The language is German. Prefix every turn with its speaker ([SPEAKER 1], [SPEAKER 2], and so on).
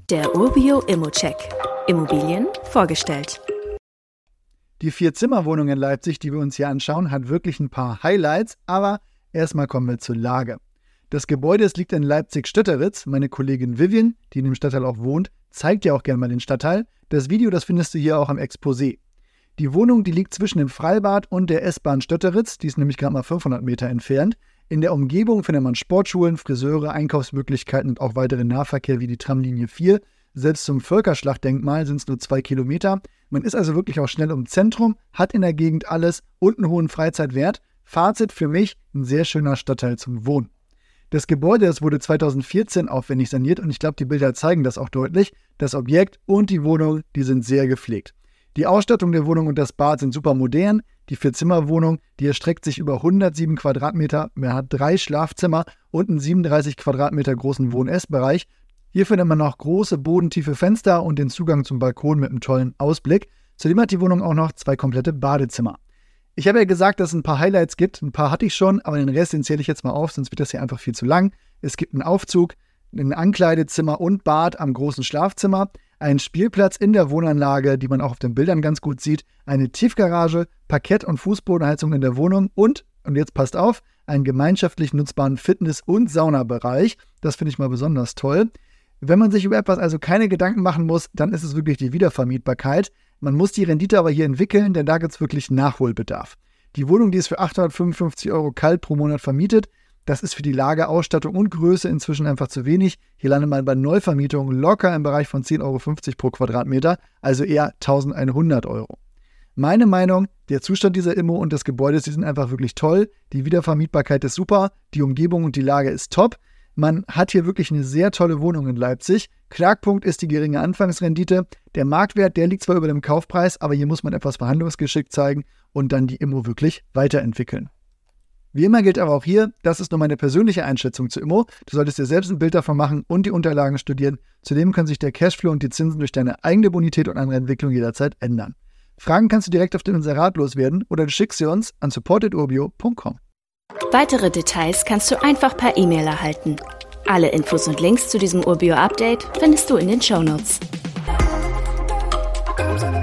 [SPEAKER 1] Der Urbio Immocheck. Immobilien vorgestellt.
[SPEAKER 2] Die 4-Zimmer-Wohnung in Leipzig, die wir uns hier anschauen, hat wirklich ein paar Highlights, aber erstmal kommen wir zur Lage. Das Gebäude liegt in Leipzig-Stötteritz. Meine Kollegin Vivian, die in dem Stadtteil auch wohnt, zeigt dir auch gerne mal den Stadtteil. Das Video, das findest du hier auch am Exposé. Die Wohnung, die liegt zwischen dem Freibad und der S-Bahn Stötteritz, die ist nämlich gerade mal 500 Meter entfernt. In der Umgebung findet man Sportschulen, Friseure, Einkaufsmöglichkeiten und auch weiteren Nahverkehr wie die Tramlinie 4. Selbst zum Völkerschlachtdenkmal sind es nur 2 Kilometer. Man ist also wirklich auch schnell im Zentrum, hat in der Gegend alles und einen hohen Freizeitwert. Fazit für mich, ein sehr schöner Stadtteil zum Wohnen. Das Gebäude, das wurde 2014 aufwendig saniert und ich glaube, die Bilder zeigen das auch deutlich. Das Objekt und die Wohnung, die sind sehr gepflegt. Die Ausstattung der Wohnung und das Bad sind super modern. Die 4-Zimmer-Wohnung, die erstreckt sich über 107 Quadratmeter. Man hat 3 Schlafzimmer und einen 37 Quadratmeter großen Wohn-Ess-Bereich. Hier findet man noch große bodentiefe Fenster und den Zugang zum Balkon mit einem tollen Ausblick. Zudem hat die Wohnung auch noch 2 komplette Badezimmer. Ich habe ja gesagt, dass es ein paar Highlights gibt. Ein paar hatte ich schon, aber den Rest, den zähle ich jetzt mal auf, sonst wird das hier einfach viel zu lang. Es gibt einen Aufzug, ein Ankleidezimmer und Bad am großen Schlafzimmer, einen Spielplatz in der Wohnanlage, die man auch auf den Bildern ganz gut sieht, eine Tiefgarage, Parkett- und Fußbodenheizung in der Wohnung und jetzt passt auf, einen gemeinschaftlich nutzbaren Fitness- und Saunabereich. Das finde ich mal besonders toll. Wenn man sich über etwas also keine Gedanken machen muss, dann ist es wirklich die Wiedervermietbarkeit. Man muss die Rendite aber hier entwickeln, denn da gibt es wirklich Nachholbedarf. Die Wohnung, die ist für 855 € kalt pro Monat vermietet. Das ist für die Lage, Ausstattung und Größe inzwischen einfach zu wenig. Hier landet man bei Neuvermietung locker im Bereich von 10,50 € pro Quadratmeter, also eher 1.100 €. Meine Meinung, der Zustand dieser Immo und des Gebäudes, die sind einfach wirklich toll. Die Wiedervermietbarkeit ist super, die Umgebung und die Lage ist top. Man hat hier wirklich eine sehr tolle Wohnung in Leipzig. Knackpunkt ist die geringe Anfangsrendite. Der Marktwert, der liegt zwar über dem Kaufpreis, aber hier muss man etwas Verhandlungsgeschick zeigen und dann die Immo wirklich weiterentwickeln. Wie immer gilt aber auch hier, das ist nur meine persönliche Einschätzung zur Immo. Du solltest dir selbst ein Bild davon machen und die Unterlagen studieren. Zudem können sich der Cashflow und die Zinsen durch deine eigene Bonität und andere Entwicklung jederzeit ändern. Fragen kannst du direkt auf dem Inserat loswerden oder du schickst sie uns an support@urbio.com.
[SPEAKER 1] Weitere Details kannst du einfach per E-Mail erhalten. Alle Infos und Links zu diesem Urbio-Update findest du in den Shownotes.